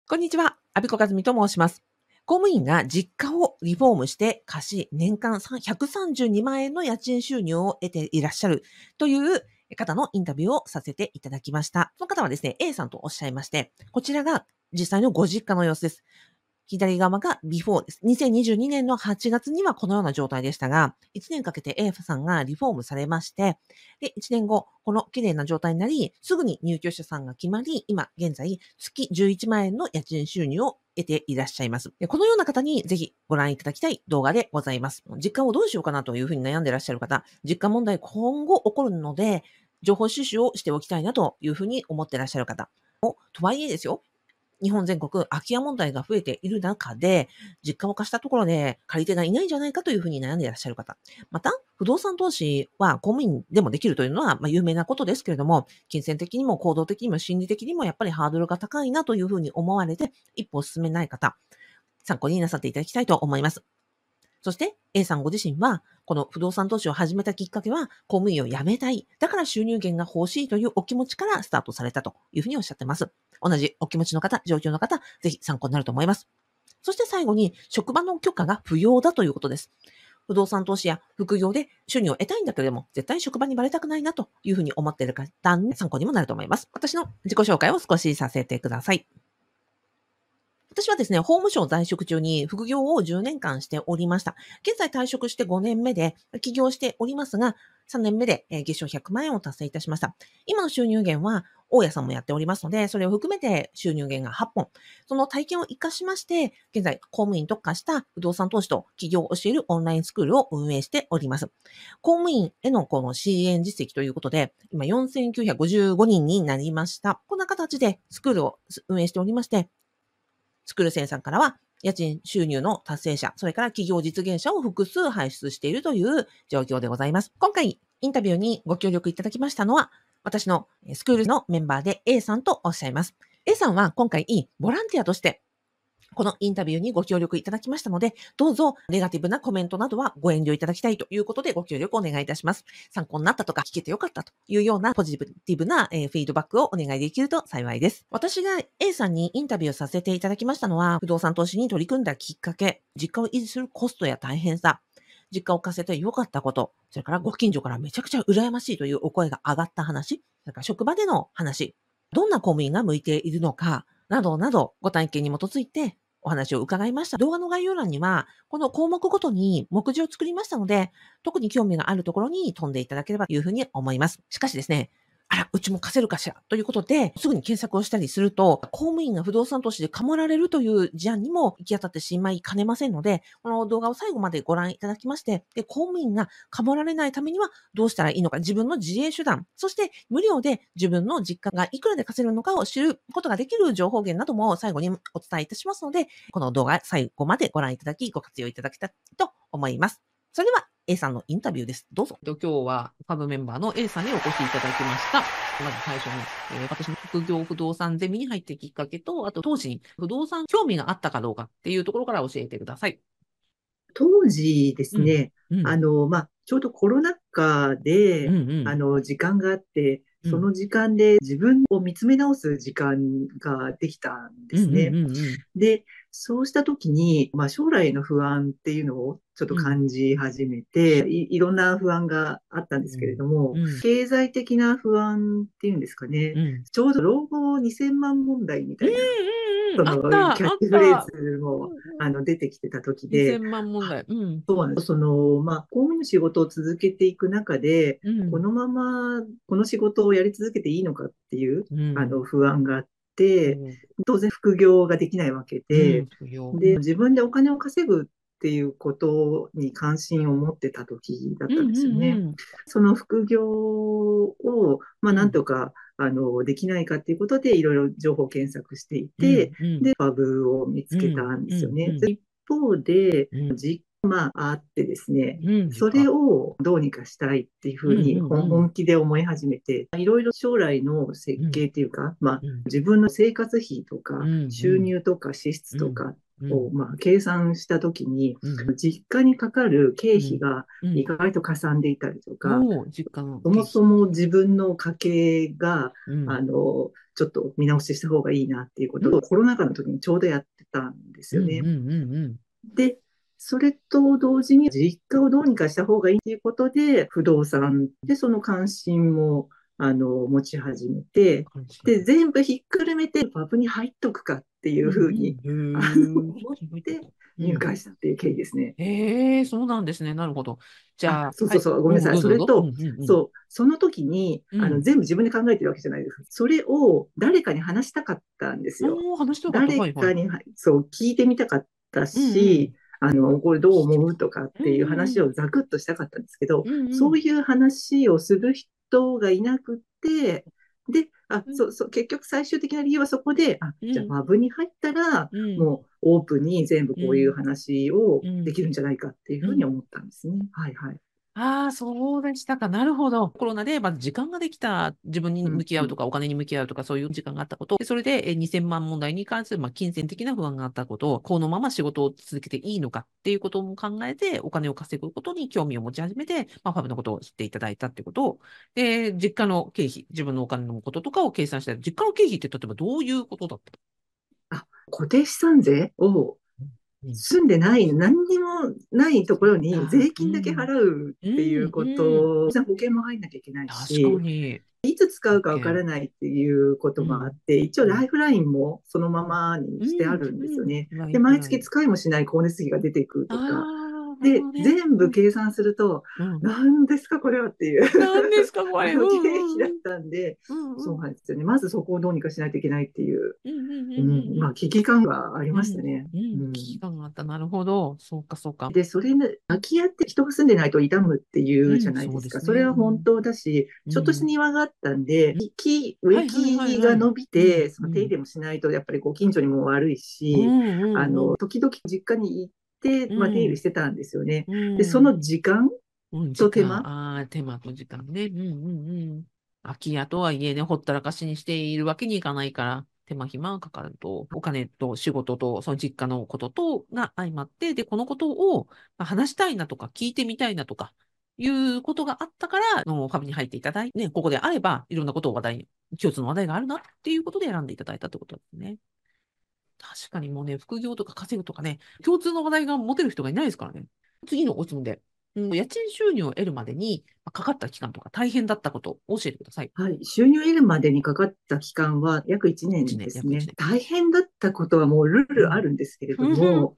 こんにちは、阿比子和美と申します。公務員が実家をリフォームして貸し、年間132万円の家賃収入を得ていらっしゃるという方のインタビューをさせていただきました。その方はですね、A さんとおっしゃいまして、こちらが実際のご実家の様子です。左側がビフォーです。2022年の8月にはこのような状態でしたが、1年かけて A さんがリフォームされまして、で、1年後、この綺麗な状態になり、すぐに入居者さんが決まり、今現在月11万円の家賃収入を得ていらっしゃいます。このような方にぜひご覧いただきたい動画でございます。実家をどうしようかなというふうに悩んでいらっしゃる方、実家問題今後起こるので、情報収集をしておきたいなというふうに思っていらっしゃる方。とはいえですよ、日本全国空き家問題が増えている中で、実家を貸したところで借り手がいないんじゃないかというふうに悩んでいらっしゃる方。また、不動産投資は公務員でもできるというのは、有名なことですけれども、金銭的にも行動的にも心理的にもやっぱりハードルが高いなというふうに思われて、一歩進めない方、参考になさっていただきたいと思います。そして A さんご自身は、この不動産投資を始めたきっかけは、公務員を辞めたい。だから収入源が欲しいというお気持ちからスタートされたというふうにおっしゃってます。同じお気持ちの方、状況の方、ぜひ参考になると思います。そして最後に、職場の許可が不要だということです。不動産投資や副業で収入を得たいんだけれども、絶対職場にバレたくないなというふうに思っている方に参考にもなると思います。私の自己紹介を少しさせてください。私はですね、法務省在職中に副業を10年間しておりました。現在退職して5年目で起業しておりますが、3年目で月賞100万円を達成いたしました。今の収入源は、大家さんもやっておりますので、それを含めて収入源が8本。その体験を活かしまして、現在公務員特化した不動産投資と起業を教えるオンラインスクールを運営しております。公務員へのこの支援実績ということで、今4955人になりました。こんな形でスクールを運営しておりまして、スクール生さんからは、家賃収入の達成者、それから企業実現者を複数輩出しているという状況でございます。今回、インタビューにご協力いただきましたのは、私のスクールのメンバーで A さんとおっしゃいます。A さんは今回、ボランティアとしてこのインタビューにご協力いただきましたので、どうぞネガティブなコメントなどはご遠慮いただきたいということでご協力をお願いいたします。参考になったとか聞けてよかったというようなポジティブなフィードバックをお願いできると幸いです。私が A さんにインタビューさせていただきましたのは、不動産投資に取り組んだきっかけ、実家を維持するコストや大変さ、実家を貸せてよかったこと、それからご近所からめちゃくちゃ羨ましいというお声が上がった話、それから職場での話、どんな公務員が向いているのか、などなどご体験に基づいてお話を伺いました。動画の概要欄には、この項目ごとに目次を作りましたので、特に興味があるところに飛んでいただければというふうに思います。しかしですね、あら、うちも貸せるかしらということで、すぐに検索をしたりすると、公務員が不動産投資でかもられるという事案にも行き当たってしまいかねませんので、この動画を最後までご覧いただきまして、で、公務員がかもられないためにはどうしたらいいのか、自分の自衛手段、そして無料で自分の実家がいくらで貸せるのかを知ることができる情報源なども最後にお伝えいたしますので、この動画最後までご覧いただき、ご活用いただけたらと思います。それでは A さんのインタビューです。どうぞ。今日はサブメンバーの A さんにお越しいただきました。まず最初に、私の副業不動産ゼミに入ってきっかけと、あと当時に不動産興味があったかどうかっていうところから教えてください。 当時ですね、 うん。 ちょうどコロナ禍で、時間があって、その時間で自分を見つめ直す時間ができたんですね。で、そうした時に、将来の不安っていうのをちょっと感じ始めて、いろんな不安があったんですけれども、経済的な不安っていうんですかね、ちょうど老後2000万問題みたいな、そのあった、 キャッあっチフレーた。 ズも出てきてた時で、 2000万問題。 そうなんです。公務員の仕事を続けていく中で、このままこの仕事をやり続けていいのかっていう、不安があって、当然副業ができないわけで、で、自分でお金を稼ぐっていうことに関心を持ってた時だったんですよね。その副業を、なんとか、できないかっていうことで、いろいろ情報検索していて、で、パブを見つけたんですよね。一方で、あってですね、それをどうにかしたいっていうふうに本気で思い始めて、いろいろ将来の設計っていうか、自分の生活費とか収入とか支出とかっを、計算したときに、実家にかかる経費が意外とかさんでいたりとか、そもそも自分の家計が、ちょっと見直しした方がいいなっていうことを、コロナ禍の時にちょうどやってたんですよね。で、それと同時に実家をどうにかした方がいいということで、不動産でその関心も持ち始めて、で、全部ひっくるめてパブに入っとくかっていうふうに、思って入会したっていう経緯ですね。 そうなんですね。なるほど。じゃあ、 そう、ごめんなさい。それと、その時に、全部自分で考えてるわけじゃないです。それを誰かに話したかったんですよ。誰かに、そう、聞いてみたかったし、これどう思うとかっていう話をザクッとしたかったんですけど、そういう話をする人がいなくて、で、結局最終的な理由はそこで、じゃあマブに入ったら、もうオープンに全部こういう話をできるんじゃないかっていうふうに思ったんですね。はいはい。 そうでしたか。なるほど。コロナで、まず時間ができた、自分に向き合うとか、お金に向き合うとか、そういう時間があったこと、それで2000万問題に関する、金銭的な不安があったこと、このまま仕事を続けていいのかっていうことも考えて、お金を稼ぐことに興味を持ち始めて、ファブのことを知っていただいたってことを、で、実家の経費、自分のお金のこととかを計算したら、実家の経費って例えばどういうことだった？ 固定資産税を住んでない、何にもないところに税金だけ払うっていうこと、保険も入んなきゃいけないし、 確かに。 いつ使うかわからないっていうこともあって、一応ライフラインもそのままにしてあるんですよね。で、毎月使いもしない光熱費が出てくるとか。で、全部計算すると、何ですかこれはっていう。 何ですかこれ。 経費だったんで、そうなんですよね。まずそこをどうにかしないといけないっていう、危機感がありましたね。 危機感があった。なるほど。そうか、そうか。 で、それね、空き家って人が住んでないと傷むっていうじゃないですか。それは本当だし、ちょっとした庭があったんで、植木が伸びて、その手入れもしないと、やっぱりご近所にも悪いし、時々実家に行って、手入れしてたんですよね。で、その時間と手間。 手間と時間ね。空き家とはいえね、ほったらかしにしているわけにいかないから、手間暇がかかると、お金と仕事と、その実家のこととが相まって、で、このことを話したいなとか、聞いてみたいなとか、いうことがあったから、ファブに入っていただいて、ね、ここであれば、いろんなことを共通の話題があるなっていうことで選んでいただいたってことですね。確かにもうね、副業とか稼ぐとかね、共通の話題が持てる人がいないですからね。次のご質問で。家賃収入を得るまでにかかった期間とか大変だったことを教えてください。 はい。収入を得るまでにかかった期間は約1年ですね。大変だったことはもうルールあるんですけれども、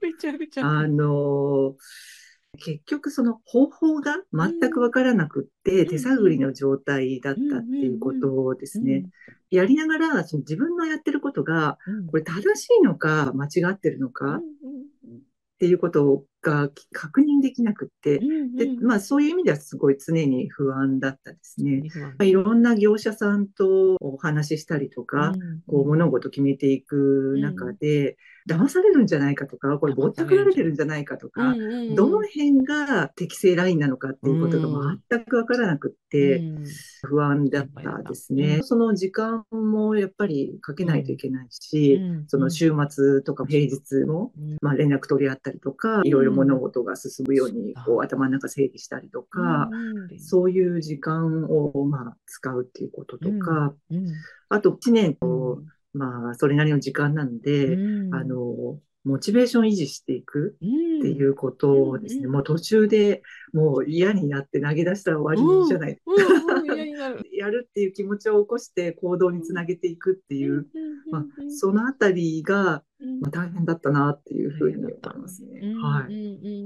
結局その方法が全くわからなくって、手探りの状態だったっていうことですね。やりながら、その自分のやってることが、これ正しいのか間違ってるのかっていうことが確認できなくって、で、そういう意味ではすごい常に不安だったですね。いろんな業者さんとお話ししたりとか、物事決めていく中で、騙されるんじゃないかとか、これぼったくられてるんじゃないかとか、どの辺が適正ラインなのかっていうことが全くわからなくって、不安だったですね。その時間もやっぱりかけないといけないし、その週末とか平日も、連絡取り合ったりとか、いろいろ物事が進むように頭の中整理したりとか、そういう時間を使うっていうこととか、あと1年それなりの時間なんで、モチベーション維持していくっていうことですね。もう途中でもう嫌になって投げ出したら終わりじゃないですか。やるっていう気持ちを起こして行動につなげていくっていう、そのあたりが、大変だったなっていうふうに思いますね。はい。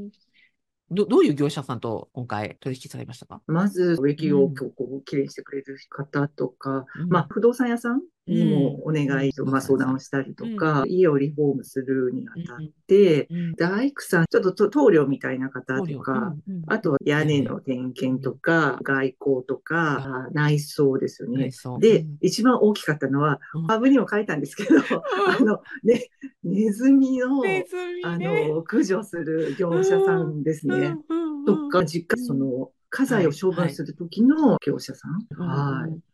どういう業者さんと今回取引されましたか？ まず、植木をきれいにしてくれる方とか、不動産屋さんにもお願いと、相談をしたりとか、家をリフォームするにあたって、大工さん、ちょっと棟梁みたいな方とか、あと屋根の点検とか、外交とか、内装ですよね。で、一番大きかったのは、パブにも書いたんですけど、ネズミの、駆除する業者さんですね。とか、実家、その、家財を処分するときの業者さん。はい。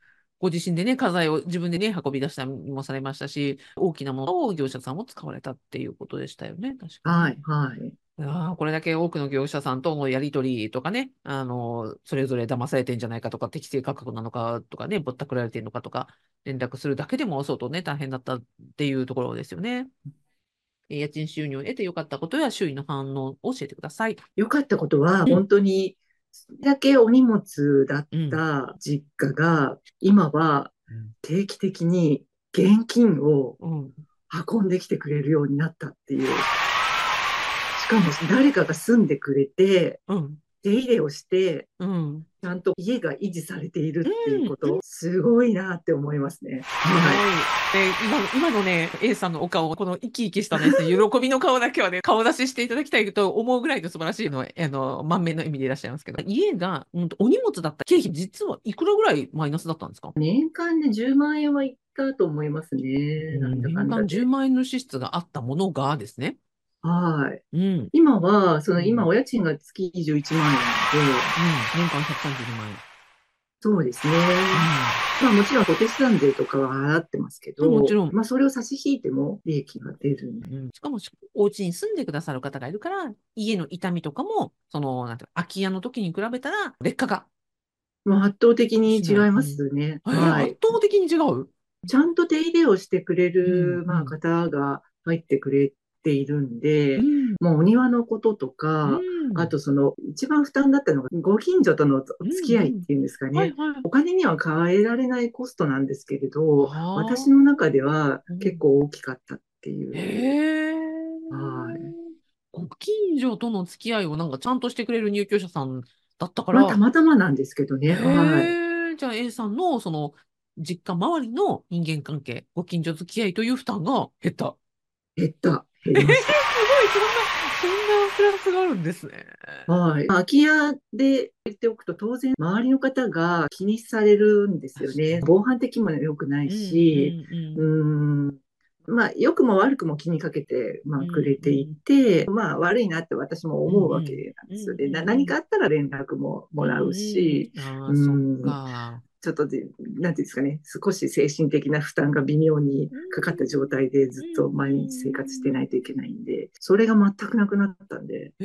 ご自身でね、家財を自分でね、運び出したりもされましたし、大きなものを業者さんも使われたっていうことでしたよね、確かに。 はい、はい。 これだけ多くの業者さんとのやり取りとかね、それぞれ騙されてんじゃないかとか、適正価格なのかとかね、ぼったくられてるのかとか、連絡するだけでも相当ね、大変だったっていうところですよね。家賃収入を得てよかったことや周囲の反応を教えてください。 良かったことは、 うん。 本当に、それだけお荷物だっうん。 た実家が、今はうん。 定期的に現金をうん。 運んできてくれるようになったっていう。しかも誰かが住んでくれて、 うん。 手入れをして、 うん。 ちゃんと家が維持されているっていううん。 こと、すごいなって思いますね。 すごい。 はい。 今のね、A さんのお顔、この生き生きしたね、喜びの顔だけはね、顔出ししていただきたいと思うぐらいの素晴らしいの、満面の意味でいらっしゃいますけど、家が、お荷物だった経費、実はいくらぐらいマイナスだったんですか？ 年間で10万円はいったと思いますね。なんだか年間10 んだで。 万円の支出があったものがですね。 はい。 うん。 今は、今、 うん。 お家賃が月21万円なので、 うん。年間132万円。 そうですね。まあもちろん、固定資産税とかは払ってますけうん。もちど、 ろん。 まあそれを差し引いても利益が出るんで。 うん。しかも、お家に住んでくださる方がいるから、家の痛みとかも、なんていうの空き家の時に比べたら、劣化がまあ圧倒的に違いしない。うまん。 すね。 圧はい。 倒的に違う。 ちゃんと手入れをしてくれうん。 る、まあ、 うん。 方が入ってくれているんで、 うん。 もうお庭のこととうか、あん。 と一番負担だったのが、ご近所とのうん。 付き合いっうん。 ていうんですかね。 はいはい。 お金には変えられないコストなんですけれど、私のああ。 中ではうん。 結構大きかったっていう。 へえ。 はい。 ご近所との付き合いをなんかちゃんとしてくれる入居者さんだったかまあ、たら、 またまなんですけどね。はい。 じゃあ A さんの実家周りの人間関係、ご近所付き合いという負担が減った。 減りました。 すごい、そんなプラスがあるんですね。 はい。空き家で言っておくと、当然、周りの方が気にされるんですよね。 確かに。 防犯的にも良くないうん、うし、 ん、ううーん。 ん、まあ、良くも悪くも気にかけて、まあ、くうん、 れていうん、 て、まあ、悪いなって私もうん、 思うわけうん、うん、 なんですよね。 うん、うん。 何かあったら連絡ももらうし、 ああ、 うそっん、 か。 ちょっとなんていうんですかね、少し精神的な負担が微妙にうん、 かかった状態でずうん、 っとう毎日生活してん。 ないといけないんで、それが全くなくなったんで、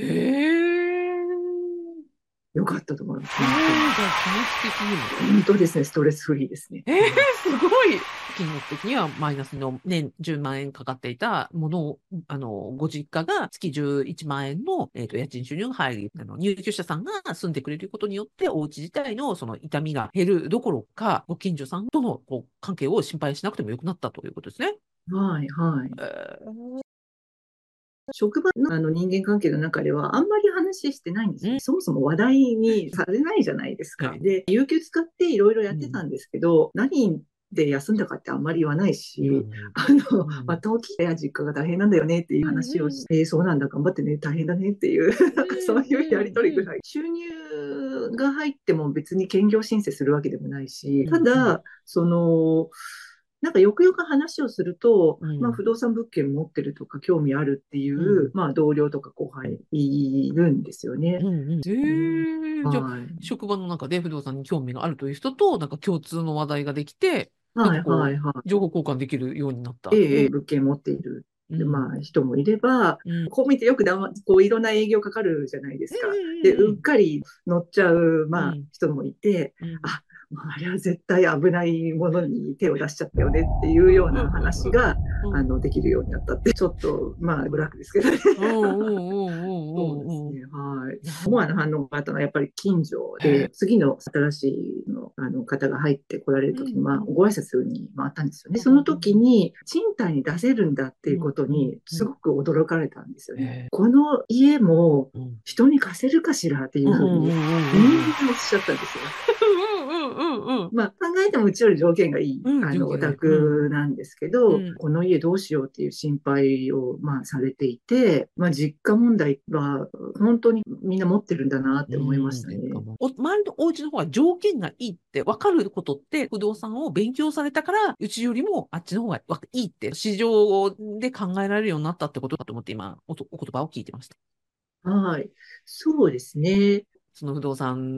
ええよかったと思います、本当に。 じゃあ気持ち的にも。 本当ですね、ストレスフリーですね。 えー、 はい。 すごい。金額的にはマイナスの年10万円かかっていたものを、ご実家が月11万円の、家賃収入が入り、入居者さんが住んでくれることによって、お家自体のその痛みが減るどころか、ご近所さんとの関係を心配しなくてもよくなったということですね。 はい、はい。 ー職場の人間関係の中ではあんまり話してないんですよね。 うん。 そもそも話題にされないじゃないですか。 はい。 で、有給使っていろいろやうん。 ってたんですけど、何で休んだかってあんまり言わないし、 言わない。 まあ、 うん。 登記や実家が大変なんだよねっていううん。 話をしうん。 て、そうなんだ、頑張ってね、大変だねっていう、 うなんかそういうやりん。うん。 とりぐらい。収入が入っても別に兼業申請するわけでもないし、 うん。うん。 ただ、なんかよくよく話をすると、まあ、 うん。 不動産物件持ってるとか興味あるっていう、 うん。 まあ、同僚とか後輩いるんですよね。 うん。 うん、 じゃあ、 はい。 職場の中で不動産に興味があるという人と、なんか共通の話題ができて、なんはい、はい、 かは情報交換できるようになっい。 た。 物件持っている、 うん。 まあ、人もいれば、 うん。 こう見てよくいろんな営業かかるじゃないでうん。 すか。で、 うん。 うっかり乗っちゃう、まあ、 うん。 人もいて、 うん。 あ、もうあれは絶対危ないものに手を出しちゃったよねっていうような話が、 うん。 できるようになったって、ちょっと、まあ、ブラックですけどね。 うん。うん。 そうでうん。 すね。はい。 なるほど。 思わぬ反応があったのは、やっぱり近所へえ。 で、次の新しい方が入ってこられるうん。 ときに、まあ、 うん。 ご挨拶に回ったんですよね。 うん。 その時に、賃貸に出せるんだっていううん。うん。 ことに、 うん。 すごく驚かれたんですよね。 へえ。 この家もうん。 人に貸せるかしらっていうん。うん。 うふうに、みうん。うん。 んなおっしゃったんですよ。 うん。うん。うん。 まあ、考えてもうちより条件がいい、 うん。条お件がいい。うん。 宅なんですけど、 うん。 この家どうしようっていう心配を、まあ、されていて、まあ、実家問題は、本当にみんな持ってるんだなっうて思いましん。実家たね。 も。周りのお家の方が条件がいいって分かることって、不動産を勉強されたから、うちよりもあっちの方がいいって、市場で考えられるようになったってことだと思って今、お言葉を聞いてました。 はい。そうですね。 その不動産の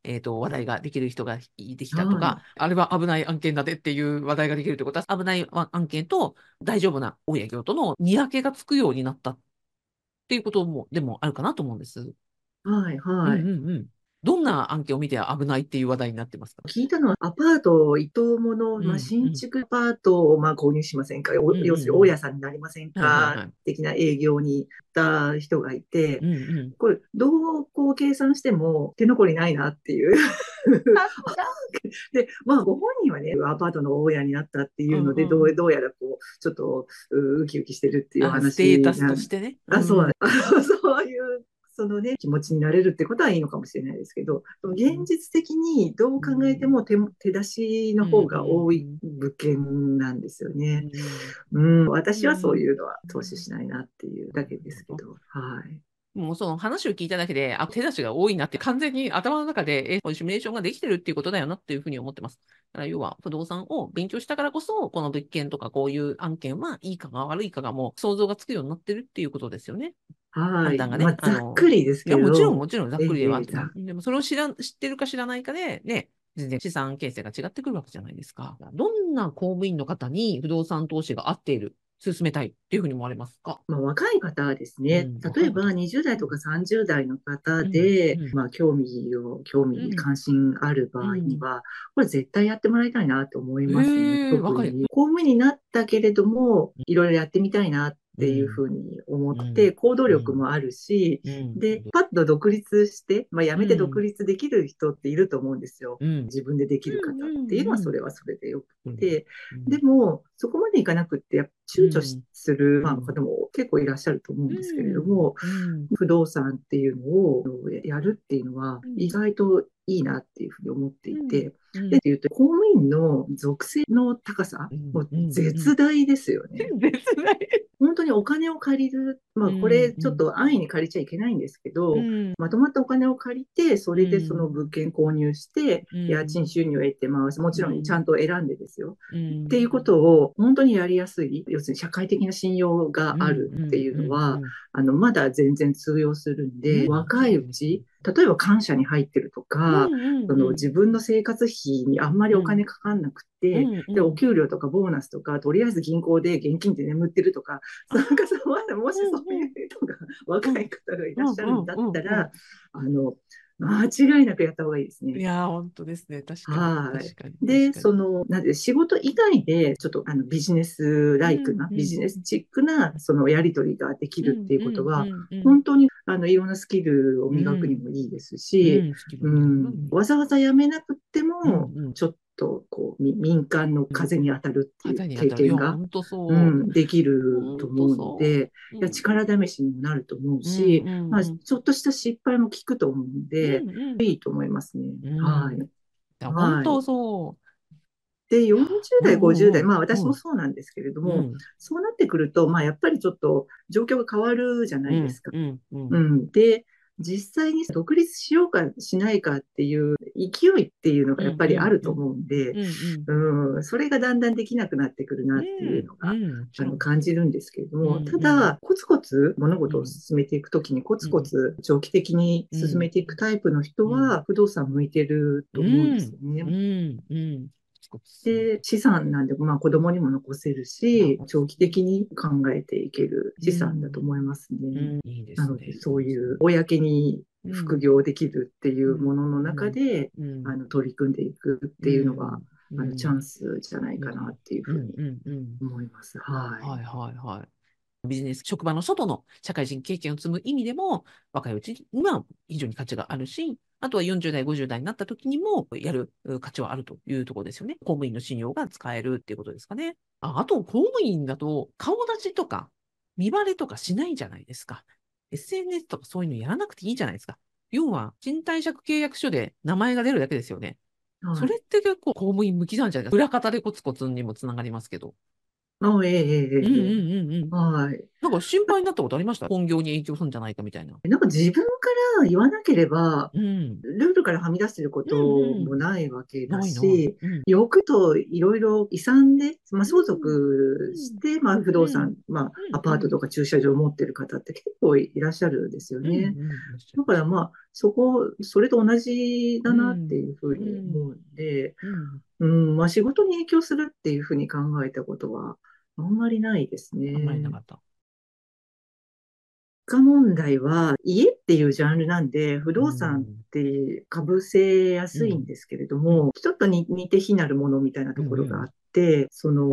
話題ができる人がいてきたとはい。 か、あれは危ない案件だでっていう話題ができるということは、危ない案件と大丈夫な大家業との見分けがつくようになったっていうことも、でもあるかなと思うんです。 はい。 うんはい。 うんうん。どんな案件を見て危ないっていう話題になってますか？ 聞いたのは、アパート、一棟もの、 うんうん。 新築アパートを購入しませんか、 うんうん要するに大うん。 家さんになりませんかはいはいはい。 的な営業に行った人がいて、 うんうん。 これ、どう計算しても手残りないなっていうで、ご本人はね、アパートの大家になったってういうので、 んうんうん。 どうやらちょっとウキウキしてるっていうあ、ステータス話としてね。うあ、そう、 ん。 そういう、そのね、気持ちになれるってことはいいのかもしれないですけど、現実的にどうう考えてん。 も手出しのうん方が多いうん物件なんですようね。 ん。 うん、 うん。 私はそういうのは投資うん。 しないなっていうなだけでるほど。 すけど、はい。 もうその話を聞いただけで、あ、手出しが多いなって完全に頭の中で、こういうシミュレーションができてるっていうことだよなっていうふうに思ってます。だから要は不動産を勉強したからこそ、この物件とかこういう案件はいいかが悪いかがもう想像がつくようになってるっていうことですよね。 はい。 判断がね。 ざっくりですいや、もちろんけど、 もちろんざっえくりではあっても、 えでもそれを知ってるか知らないかで、ね、全然資産形成が違ってくるわけじゃないですか。どんな公務員の方に不動産投資が合っている、進めたいっていうふうに思われますか？ 若い方はですね、 うん、若例えばい方。 20代とかうん、 30代の方うん、 で、 うん、うん、 関心ある場うん。 合には、これ絶対やってもらいたいなと思いますね。 へえ、若い。 特に公務員になったけれども、いろいろやってみたいなっていううん、 ふうに思っうん、 て、行動うん、 力もあるし、 うん、 で、パッと独立して、辞めて独うん、 立できる人っていると思うんですよ。 うん、 自分でできるうん、 方っていうのはそうん、 れはそれでよくうん、 て、 うん、 でも、そこまでいかなくって、やっぱ躊躇うん、 する、 うん、 方も結構いらっしゃると思ううんですけれどん、 も、 うん、 不動産っていうのをやるっていうのはうん、 意外といいなっていうふうに思ってうん、 いて、 うん、 で、言うと、公務員の属性の高さ、 うん、 もううん、うん。 絶大ですよね。 絶大。 本当にお金を借りる、 うん、 これちょっうん、 と安易に借りちゃいけないんですけど、 うん、 まとまったお金を借りて、そうれでそのん、 物件購入して、 うん、 家賃収入を得て、もちろんちゃうん、 んと選んでですよ。 うん、 っていうことを本当にやりやすい、要するに社会的な信用があうん、 るっていううん、うのは、 ん、 まだ全然通用するんうん、 で、若いうち、例えば官社に入ってるとか、 うん、うん、 その自分の生活費にあんまりお金かかんなくて、 うん、うで、おん。 給料とかボーナスとか、とりあえず銀行で現金で眠ってるとか、 ああ、 まだもしそういううん、 人が、若うん、 い方がいうん、 らっしゃるんうん、うん、 だったら、 うん。 あの、間違いなくやった方がいいですね。 いやー、本当ですね。確かに、 はい。 確かに、確で、 かに。 なんで仕事以外で、ちょっとビジネスライクうん、 な、 うん、 ビジネスチックな、そのやり取りができうん、 るっていううん、うことは、 ん、うん、 本当に、いろんなスキルをうん、 磨くにもいいですし、 うん、スキルを磨くのに。 わざわざやめなくてうん、 も、 うん、 ちょっと、民間のうん。 風に当たるっていう肌に当たる。いや、 経験が、 本当そできう。 ると本当思うのそで、 う。ういや、 ん、 力試しにもなると思ううん、 し、 うん、うん、 ちょっとした失敗も効くと思うんで、 うん、うん、 いいと思いますね。 うん。いはい。 や、本当はい。 そで、 う。いや、 40 うん、 代、50代、 うん、 私うん、 もそうなんですけれども、 うん、 そうなってくると、やっぱりちょっと状況が変わるじゃなうん、 いですか。 うん、うん、 うん。で、実際に独立しようかしないかっていう勢いっていうのうん、 がやっぱりあうん、うん、 ると思うんで、 うん、うん、 それがだんだんできなくなってくるなっていううん、 のが、 うん、もちろん。 感じるんですけれども、 うん、うん、 ただ、コツコツ物事をうん、 進めていくときにコツコうん、 ツ長期的にうん、 進めていくタイプの人うん、 は、不動産向いてるとう思うんですん、 よね。 うん、うん。少し進めで、 て。 資産なんで、子供にも残せるいや、 し、長期的に考えていけるう資産だとん、 思いますね。 うん、いいでなので、 すね。いいですね。 そういう公に副うん、 業できるっていうん、 うもののうん、 中で、 うん、 取り組んでいくってういうのが、 ん、うん、 チャンスじゃないかなうん、 っていううん、 ふうにうん、うん。 思います。はい。 はいはいはい。ビジネス、職場の外の社会人経験を積む意味でも、若いうちには非常に価値があるし、あとは40代、50代になった時にもやる価値はあるというところですよね。公務員の信用が使えるっていうことですかね。あと、公務員だと顔立ちとか見バレとかしないじゃないですか。SNS とかそういうのやらなくていいじゃないですか。要は、賃貸借契約書で名前が出るだけですよね。そはい。 れって結構公務員向きなんじゃないですか。裏方でコツコツにもつながりますけど。 ええ、ええ、 うんうんええ。 うんうん。 はい。 なんか心配になったことありました？本業に影響するんじゃないかみたいな。 なんか自分から言わなければ、 うん。 ルールからはみ出してるこうんうとんうん。 もないわけだないな。 し、 うん。 欲といろいろ遺産で、相うん続して、不うん。 動産、アパートとか駐車場を持ってる方って結構いらっしゃるんですようん。 ね。 うん。いらっしゃいだかます。 らそれと同じだなってうん。 いうふううん。 に思うんで、 うん。 仕事に影響するっていうふうに考えたことはあんまりないですあんまりなね。 かった。 家問題は家っていうジャンルなんで、不う動産っん。 て被せやすいんうん。 ですけれどうん。 も、ちょっと似て非なるものみたいなうん。 ところがあうん。 って、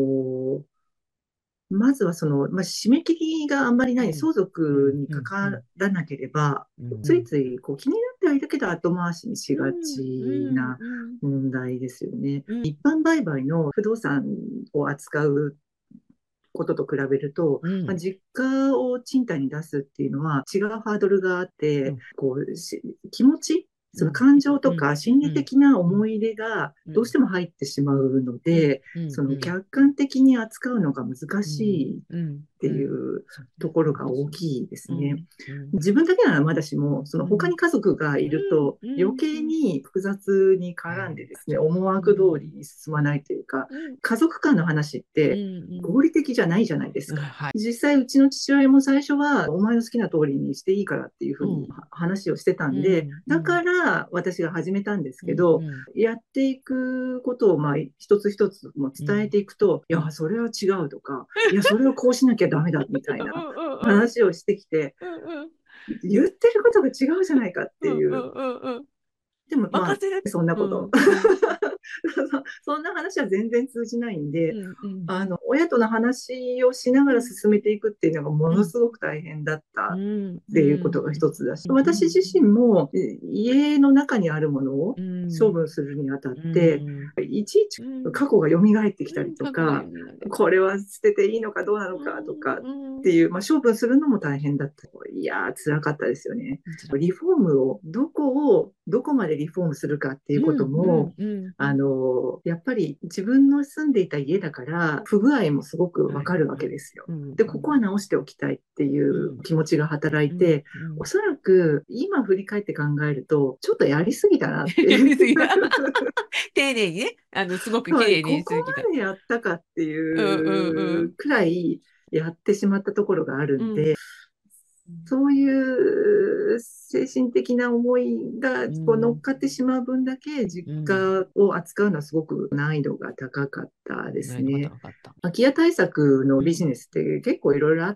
まずは締め切りがあんまりない、 うん。 相うん。 続にうん。 関わらなければ、 うん。うついん。 つい気になってはいるけど後回しにしがうん。うちん。 なうん。 問題ですよね。 うん。 一般売買の不動産を扱うことと比べると、 うん。 実家を賃貸に出すっていうのは違うハードルがあって、 うん。 気持ち、そのうん。 感情とうん。 か心うん。 理的なうん。 思い出がうん。 どうしても入ってしまうのうん。 で、 うん。 そのうん。 客観的に扱うのが難うん。 しいっうん。 てうん。 いうそうね。 ところそうですね。 が大きいですね。 うん。うん。 自分だけならまだしも、その他うん。 に家族がいるとうん。 余計に複雑にはい。 絡んでですね、思う惑通りん。 に進まないというか、 うん。 家族間の話っうてん。 合理的じゃないじゃないですうん。 か。 はい。 実際うちの父親も最初はお前の好きな通りにしていいからっていうふうにうん。 話をしてたんで、 うん。うだん。 から私が始めたんですうん。 けど、 うん。 やっていくことを一つ一つ伝えうん。 ていくと、いや、 うん。 それは違うとか、いや、それはこうしなきゃダメだみたいなうんうんうん。 話をしてきて、 うんうん。 言ってることが違うじゃないかっていう。 うんうんうんうん。 でも任せる。 そんなこと。 うん。うん。 そんな話は全然通じないんで、 うんうん。 親との話をしながら進めていくっていうのがもうん。 のすごく大変だったうんっていうことがうん一つだし、 うん私自身も家の中にあるものをうん処分するにあたっうて、 んいちいちうん過去が蘇ってきたりと過去が蘇か、 る。 これは捨てていいのかどうなのうかとかっんうんていう、処分するのも大変だった。いやー、辛かったですよね。リフォームどこまでリフォームするかっていうことうんも、やっぱり自分の住んでいた家だから、不具合もすごくわかるわけですよ。で、ここは直しておきたいっていう気持ちが働いて、おそらく今振り返って考えると、ちょっとやりすぎたなっていう。 やりすぎた。丁寧にね、すごく綺はい、 麗にここしすぎた。 までやったかってうんうんういうん。 くらいやってしまったところがあるうん。 んで、そういう精神的な思いがう乗っん。 かってしまう分だけ実うん。 家を扱うのはすごく難易度が高かったです難易度がね。 高かった。 空き家対策のうん。 ビジネスって結構いろいろあって、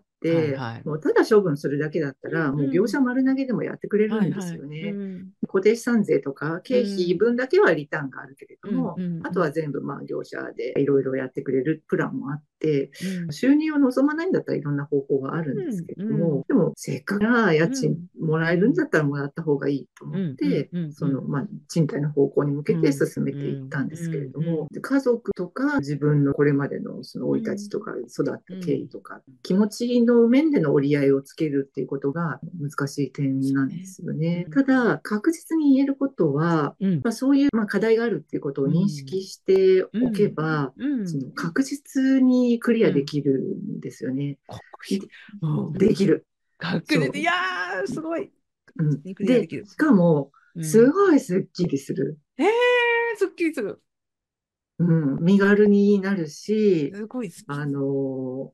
はいはい。 もうただ処分するだけだったら、 うんもう業うん。 者丸投げでもやってくれるんではいはい。うすよね。 ん。 固定資産税とかう経費ん。 分だけはリターンがあるけれどうんうも、あとはんうん。 全部業者でいろいろやってくれるプランもあって、 うん。 収入を望まないんだったらいろんな方法があるんですうん。 けれうん。 ども、でもせっかく家賃うん。 もらえるんだったらもらった方がいいと思っうん。うん。 て、 うん。うん。 賃貸の方向に向けてうん。 進めていっうん。 たんですけれうん。 ども、家族とか自分のこれまでのその生い立ちうん。 とか育った経緯うん。 とか、気持ちの面での折り合いをつけるっていうことが難しい点なんでそうね。 すよね。 うん。 ただ、確実に言えることは、 うん。 そういう課題があるっていうことをう認識ん。 しておけうん。 ば、 うん。 確実にクリアでうん。 きるんですよね。 かっこいい。うん。 できる。 確実に、いそう。 やー、すごい。確実にクリアでで、 きる。 しかも、すうん。 ごいスッキリする。 すっきりする。 身軽になるし、 すごい好き。 あの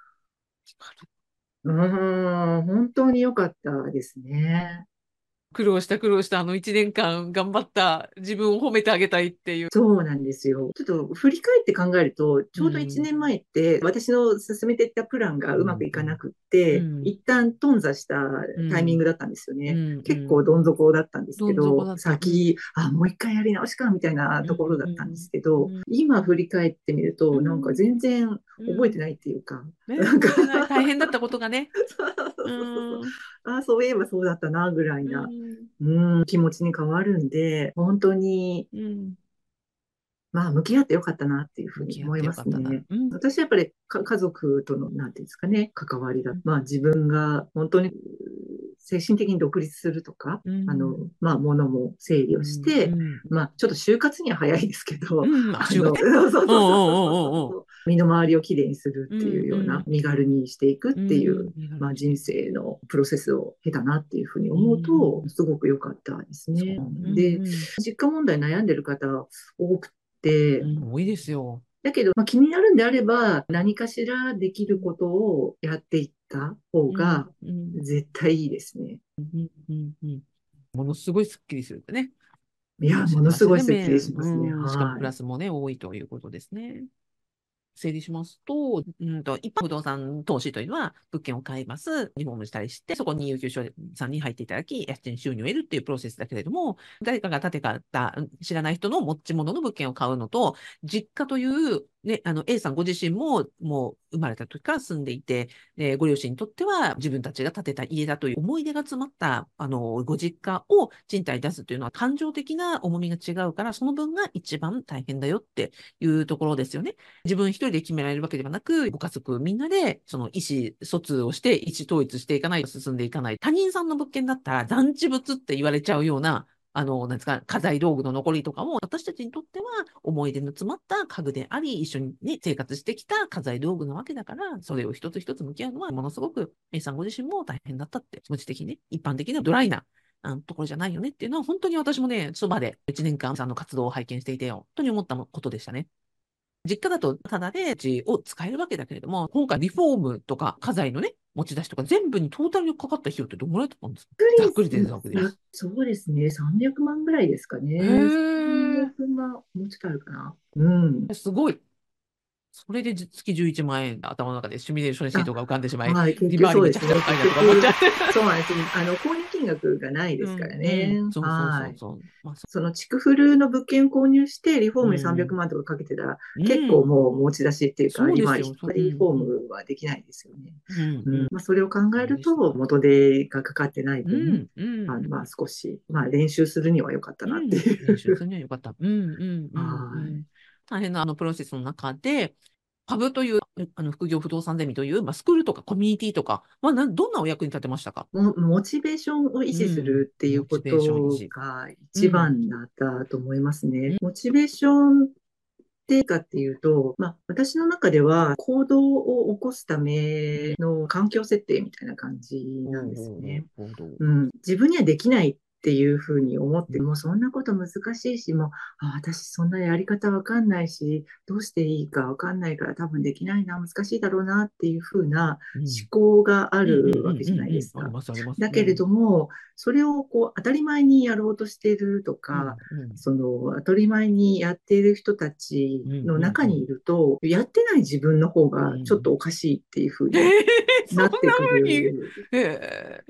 本当に良かったですね。 苦労した、一年間頑張った自分を褒めてあげたいっていう。 そうなんですよ。ちょっと振り返って考えると、ちょうど1 うん。 年前って私の進めていったプランがうん。 うまくいかなくって、 うん。 一旦頓挫したタイミンうん。 グだったんですよね。 うん。う結構ん。 どん底だったんですどん底けど、 だった。うん。 先、もう一回やり直しか、みたいなうところだったんでん。 すけど、 うん。 今振り返ってみるうと、なんか全ん。 然うん。 覚えてないっていうか、 ね、 なんか覚えてない。大変だったことがね。 そううそうそうそう。 ん。 そういえばそうだったな、ぐらいうな、 ん。 気持ちに変わるんで、本当にうん。 向き合ってよかったなっていうふう向に思いまき合ってよかったな。 すね。 うん。 私はやっぱり家族との、なんていうんですかね、関わりだ。自分が本当に精神的に独立するとか、 うん。 物も整理をしうん。うて、 ん。 ちょっと就活には早いですけど、 うん。あ、就活ね。 そうそううんうそうそうそうんうんうんうん。 そうそう。 身の回りをきれいにするっていうような、身軽にしていくっていう、人生のプロセスを経たなっていうふうに思うと、すごく良かったですね。で、実家問題悩んでる方多くて、 多いですよ。 だけど、気になるんであれば、何かしらできることをやっていった方が、絶対いいですね。 ものすごいスッキリするってね。 いや、ものすごいスッキリしますね。 しかもプラスもね、多いということですね。整理しますと、一般不動産投資というのは、物件を買います、リフォームしたりして、そこに有給書さんに入っていただき、家賃収入を得るっていうプロセスだけれども、誰かが建て買った、知らない人の持ち物の物件を買うのと、実家という、ね、A さんご自身も、もう生まれた時から住んでいて、ご両親にとっては自分たちが建てた家だという思い出が詰まった、ご実家を賃貸に出すというのは感情的な重みが違うから、その分が一番大変だよっていうところですよね。自分一人で決められるわけではなく、ご家族みんなで、その意思疎通をして、意思統一していかないと進んでいかない。他人さんの物件だったら、残地物って言われちゃうような、なんですか、家財道具の残りとかも、私たちにとっては思い出の詰まった家具であり、一緒にね、生活してきた家財道具なわけだから、それを一つ一つ向き合うのは、ものすごく、A さんご自身も大変だったって、気持ち的にね、一般的なドライな、ところじゃないよねっていうのは、本当に私もね、そばで1年間さんの活動を拝見していて、本当に思ったことでしたね。実家だとタダで家を使えるわけだけれども、今回リフォームとか家財のね、持ち出しとか全部にトータルにかかった費用ってどのぐらいだったんですか？ざっくりでざっくりで。 そうですね。300万ぐらいですかね。300万、もうちょっとあるかな。 すごい。それで月11万円、頭の中でシミュレーションシートが浮かんでしまい、 はい、結利回り局そうですね。 めちゃくちゃ高いなとか思っちゃう。 そうなんです。購入金額がないですからね。 そうそうそうそう。 その築古の物件を購入して、リフォームに300万とかかけてたら、結構もう持ち出しっていうか、 そうですよ。 リフォームはできないですよね。それを考えると、元手がかかってない分、少し、練習するには良かったなっていう。 練習するには良かった。大変なプロセスの中で、パブという、副業不動産ゼミという、スクールとかコミュニティとか、どんなお役に立てましたか？ モチベーションを維持するっていうことが一番だったと思いますね。モチベーションってかっていうと、私の中では行動を起こすための環境設定みたいな感じなんですね。自分にはできないっていうふうに思っても、そんなこと難しいし、もう、私そんなやり方わかんないし、どうしていいかわかんないから多分できないな、難しいだろうなっていうふうな思考があるわけじゃないですか。だけれども、それをこう当たり前にやろうとしているとか、その当たり前にやっている人たちの中にいると、やってない自分の方がちょっとおかしいっていうふうになってくる。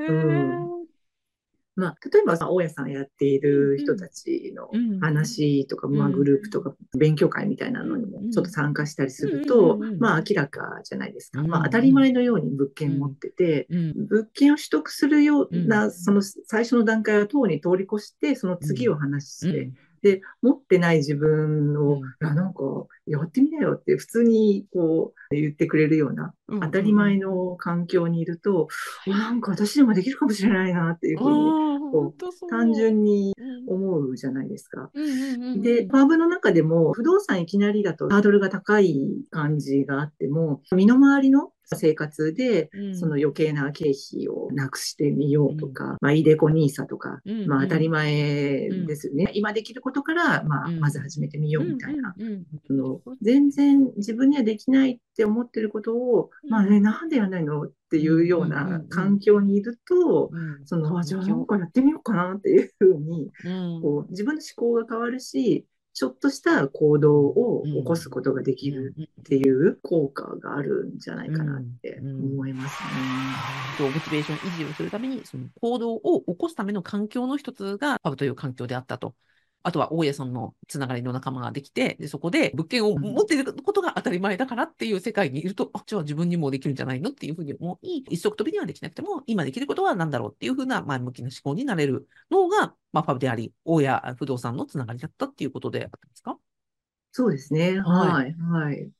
例えば大家さんやっている人たちの話とか、グループとか勉強会みたいなのにもちょっと参加したりすると、明らかじゃないですか。当たり前のように物件持ってて、物件を取得するような、その最初の段階は等に通り越して、その次を話して、で、持ってない自分を、なんか、やってみなよって普通にこう言ってくれるような、当たり前の環境にいると、なんか私でもできるかもしれないなっていうふうに、こう、単純に思うじゃないですか。で、パーブの中でも、不動産いきなりだとハードルが高い感じがあっても、身の回りの生活で、その余計な経費をなくしてみようとか、イデコニーサとか、当たり前ですよね。今できることから、まず始めてみようみたいな。全然自分にはできないって思ってることを、なんでやらないのっていうような環境にいると、じゃあなんかやってみようかなっていうふうに、こう自分の思考が変わるし、ちょっとした行動を起こすことができるっていう効果があるんじゃないかなって思いますね。 モチベーション維持をするために、その行動を起こすための環境の一つがパブという環境であったと。あとは大家さんのつながりの仲間ができて、でそこで物件を持っていることが当たり前だからっていう世界にいると、じゃあ自分にもできるんじゃないのっていうふうに思い、一足飛びにはできなくても、今できることは何だろうっていうふうな前向きな思考になれるのが、パブであり、大家不動産のつながりだったっていうことであったんですか？ そうですね。はい。はい。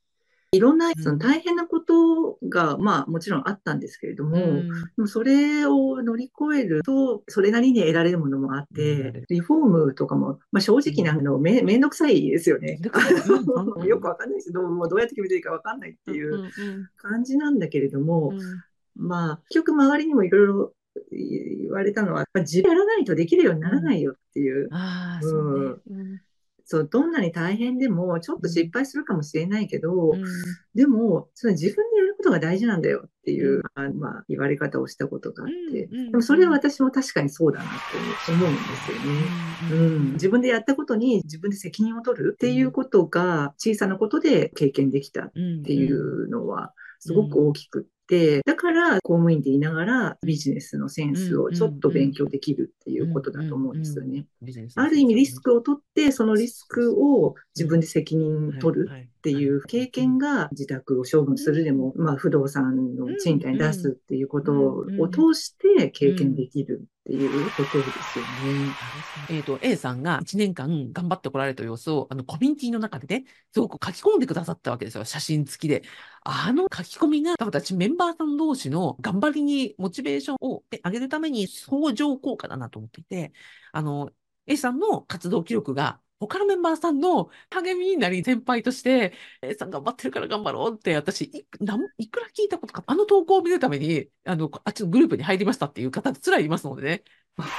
いろんなその大変なことが、まあもちろんあったんですけれども、でもそれを乗り越えると、それなりに得られるものもあって、リフォームとかも、まあ正直なのめんどくさいですよね。よくわかんないし、どうやって決めていいかわかんないっていう感じなんだけれども、まあ、結局周りにもいろいろ言われたのは、自分やらないとできるようにならないよっていう。そう、どんなに大変でも、ちょっと失敗するかもしれないけど、でも、それ自分でやることが大事なんだよっていう、まあ、言われ方をしたことがあって、でもそれは私も確かにそうだなって思うんですよね。自分でやったことに自分で責任を取るっていうことが、小さなことで経験できたっていうのは、すごく大きくって、だから公務員でいながらビジネスのセンスをちょっと勉強できるっていうことだと思うんですよね。ある意味リスクを取って、そのリスクを自分で責任取るっていう経験が自宅を処分するでも、まあ不動産の賃貸に出すっていうことを通して経験できるっていうことですよね。 A さんが1年間頑張ってこられた様子を、コミュニティの中でね、すごく書き込んでくださったわけですよ。写真付きで。あの書き込みが、私メンバーさん同士の頑張りにモチベーションを上げるために相乗効果だなと思っていて、A さんの活動記録が、他のメンバーさんの励みになり、先輩として、A さん頑張ってるから頑張ろうって、私、いくら聞いたことか、あの投稿を見るために、あっちのグループに入りましたっていう方すらいますのでね。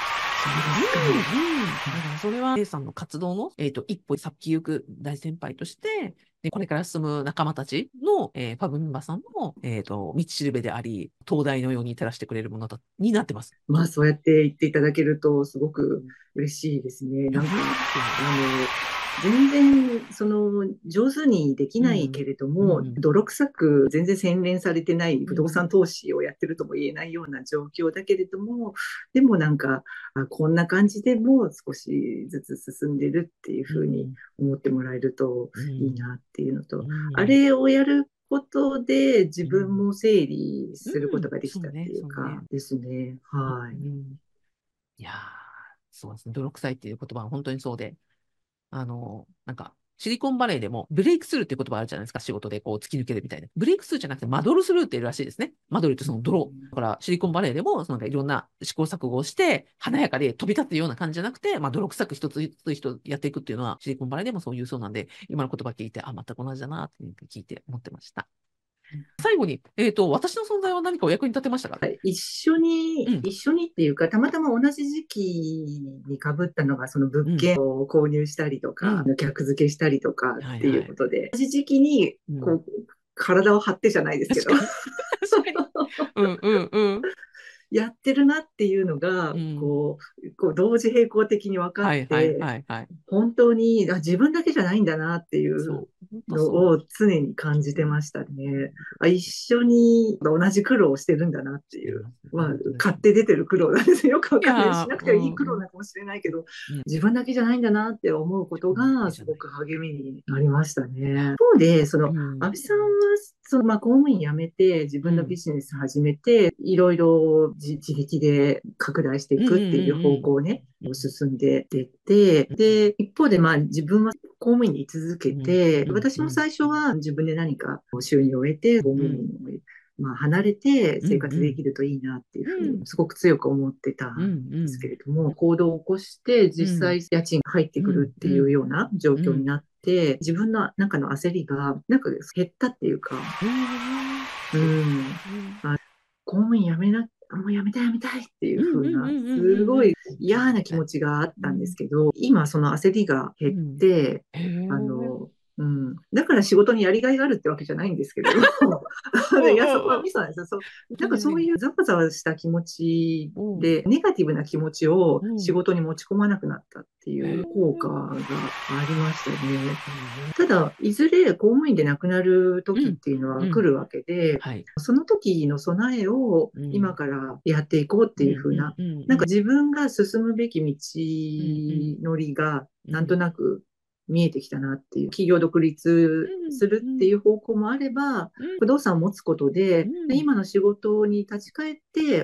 それは A さんの活動の、一歩先行く大先輩として、でこれから進む仲間たちの、ファブメンバーさんの、道しるべであり、灯台のように照らしてくれるものになってます。 まあ、そうやって言っていただけると、すごく嬉しいですね。なんか、全然、上手にできないけれども、泥臭く全然洗練されてない不動産投資をやってるとも言えないような状況だけれども、でもなんか、こんな感じでも少しずつ進んでるっていうふうに思ってもらえるといいなっていうのと、あれをやることで自分も整理することができたっていうかですね。はい。 いやー、そうですね。泥臭いっていう言葉は本当にそうで、なんか、シリコンバレーでもブレイクスルーっていう言葉あるじゃないですか。仕事でこう突き抜けるみたいな。ブレイクスルーじゃなくてマドルスルーっているらしいですね。マドルってその泥。だからシリコンバレーでもなんかいろんな試行錯誤をして華やかで飛び立つような感じじゃなくて、まあ泥臭く一つ一つやっていくっていうのはシリコンバレーでもそういうそうなんで、今の言葉聞いて、全く同じだなって聞いて思ってました。最後に、私の存在は何かお役に立てましたか？ 一緒にっていうか、たまたま同じ時期に被ったのが、その物件を購入したりとか、客付けしたりとかっていうことで、同じ時期に、こう、体を張ってじゃないですけど、やってるなっていうのが、こう同時並行的に分かって、本当に自分だけじゃないんだなっていうのを常に感じてましたね。一緒に同じ苦労をしてるんだなっていう、まあ、買って出てる苦労なんですよ。よくわかんない。しなくてはいい苦労なのかもしれないけど、自分だけじゃないんだなって思うことがすごく励みになりましたね。一方で、安倍さんは、公務員辞めて自分のビジネス始めて、いろいろ自力で拡大していくっていう方向をね、進んでいって、で、一方で自分は公務員に居続けて、私も最初は自分で何か収入を得て、公務員を離れて生活できるといいなっていうふうにすごく強く思ってたんですけれども、行動を起こして実際家賃が入ってくるっていうような状況になって、自分の中の焦りがなんか減ったっていうか、公務員もう辞めたいっていう風な、すごい嫌な気持ちがあったんですけど、今その焦りが減って、だから仕事にやりがいがあるってわけじゃないんですけど、いや、そこはミソなんですよ。なんかそういうざわざわした気持ちで、ネガティブな気持ちを仕事に持ち込まなくなったっていう効果がありましたね。ただ、いずれ公務員で亡くなる時っていうのは来るわけで、その時の備えを今からやっていこうっていう風な、なんか自分が進むべき道のりがなんとなく見えてきたなっていう、企業独立するっていう方向もあれば、不動産を持つことで、今の仕事に立ち返って、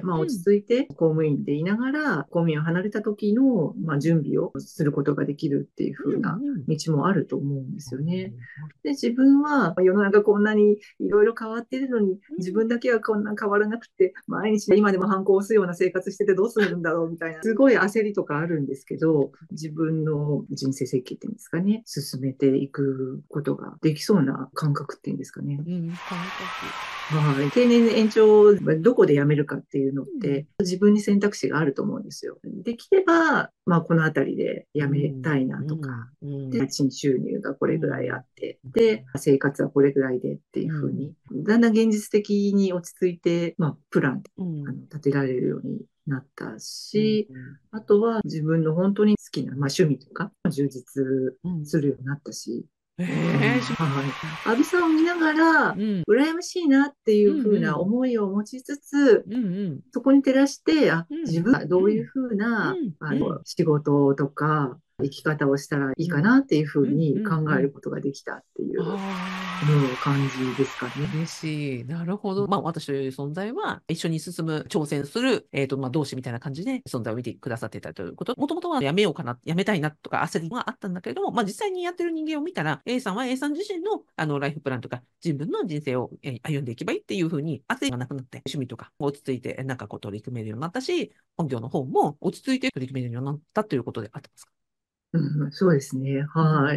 落ち着いて公務員でいながら、公務員を離れた時の、準備をすることができるっていう風な道もあると思うんですよね。で、自分は世の中こんなにいろいろ変わってるのに、自分だけはこんな変わらなくて、毎日今でも反抗を押すような生活しててどうするんだろうみたいな、すごい焦りとかあるんですけど、自分の人生設計っていうんですかね、進めていくことができそうな感覚っていうんですかね。感覚。定年延長、どこで辞めるかっていうのって、自分に選択肢があると思うんですよ。できれば、このあたりで辞めたいなとか、で、家賃収入がこれぐらいあって、で、生活はこれぐらいでっていうふうに、だんだん現実的に落ち着いて、プラン、立てられるようになったし、あとは自分の本当に好きな、趣味とか充実するようになったし、安倍さんを見ながら、羨ましいなっていうふうな思いを持ちつつ、そこに照らして、自分はどういうふうな、仕事とか、生き方をしたらいいかなっていうふうに考えることができたっていう感じですかね。 嬉しい。なるほど。私という存在は一緒に進む、挑戦する、同志みたいな感じで存在を見てくださっていたということ。もともとはやめようかな、やめたいなとか焦りがあったんだけれども、実際にやってる人間を見たら、A さんは A さん自身のライフプランとか、自分の人生を歩んでいけばいいっていうふうに、焦りがなくなって、趣味とか落ち着いて、取り組めるようになったし、本業の方も落ち着いて取り組めるようになったということであってますか？ そうですね。はい。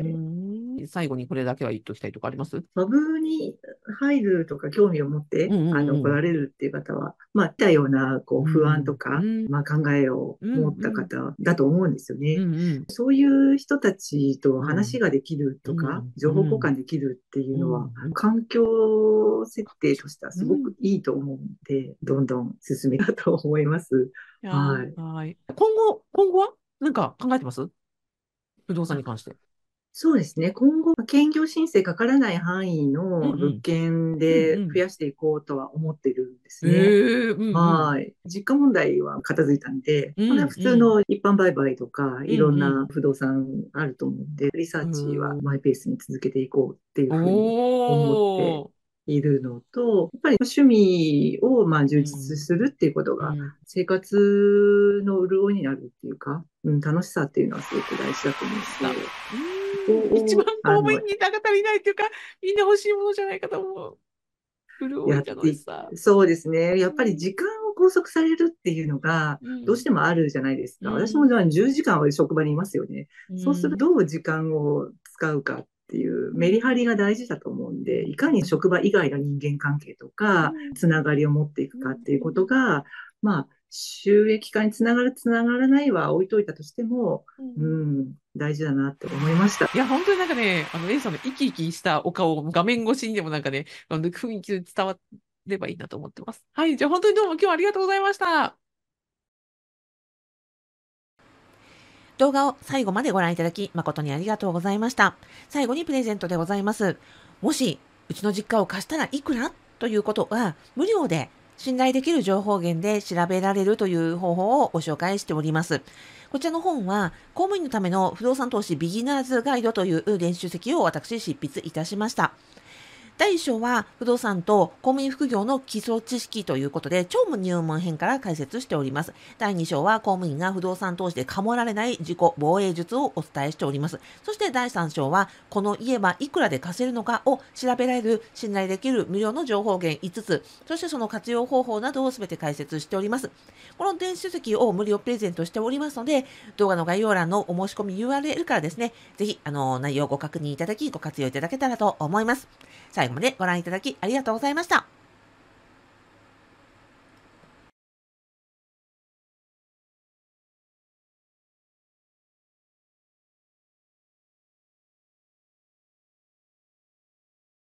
最後にこれだけは言っておきたいとかあります？ マブに入るとか興味を持って、来られるっていう方は、似たような、不安とか、考えを持った方だと思うんですよね。そういう人たちと話ができるとか、情報交換できるっていうのは、環境設定としてはすごくいいと思うので、どんどん進めたと思います。はい。 今後はなんか考えてます？不動産に関して。 そうですね。今後、兼業申請かからない範囲の物件で増やしていこうとは思ってるんですね。はい。実家問題は片付いたんで、普通の一般売買とか、いろんな不動産あると思うんで、リサーチはマイペースに続けていこうっていうふうに思っているのと、やっぱり趣味を充実するっていうことが生活の潤いになるっていうか、楽しさっていうのはすごく大事だと思うんです一番公務員に名が足りないっていうか、みんな欲しいものじゃないかと思う。潤い楽しさ。 そうですね。やっぱり時間を拘束されるっていうのが、どうしてもあるじゃないですか。私も10時間は職場にいますよね。そうすると、どう時間を使うかっていうメリハリが大事だと思うんで、いかに職場以外の人間関係とか、つながりを持っていくかっていうことが、収益化につながる、つながらないは置いといたとしても、大事だなって思いました。 いや、本当にA さんの生き生きしたお顔を画面越しにでも雰囲気で伝わればいいなと思ってます。はい、じゃあ本当にどうも今日はありがとうございました。動画を最後までご覧いただき誠にありがとうございました。最後にプレゼントでございます。もし、うちの実家を貸したらいくらということは、無料で信頼できる情報源で調べられるという方法をご紹介しております。こちらの本は、公務員のための不動産投資ビギナーズガイドという練習席を私執筆いたしました。第1章は不動産と公務員副業の基礎知識ということで超入門編から解説しております。第2章は公務員が不動産投資でかもられない自己防衛術をお伝えしております。そして第3章はこの家はいくらで貸せるのかを調べられる信頼できる無料の情報源5つ、そしてその活用方法などをすべて解説しております。この電子書籍を無料プレゼントしておりますので、動画の概要欄のお申し込み URL からですね、ぜひ内容をご確認いただきご活用いただけたらと思います。最後までご覧いただきありがとうございました。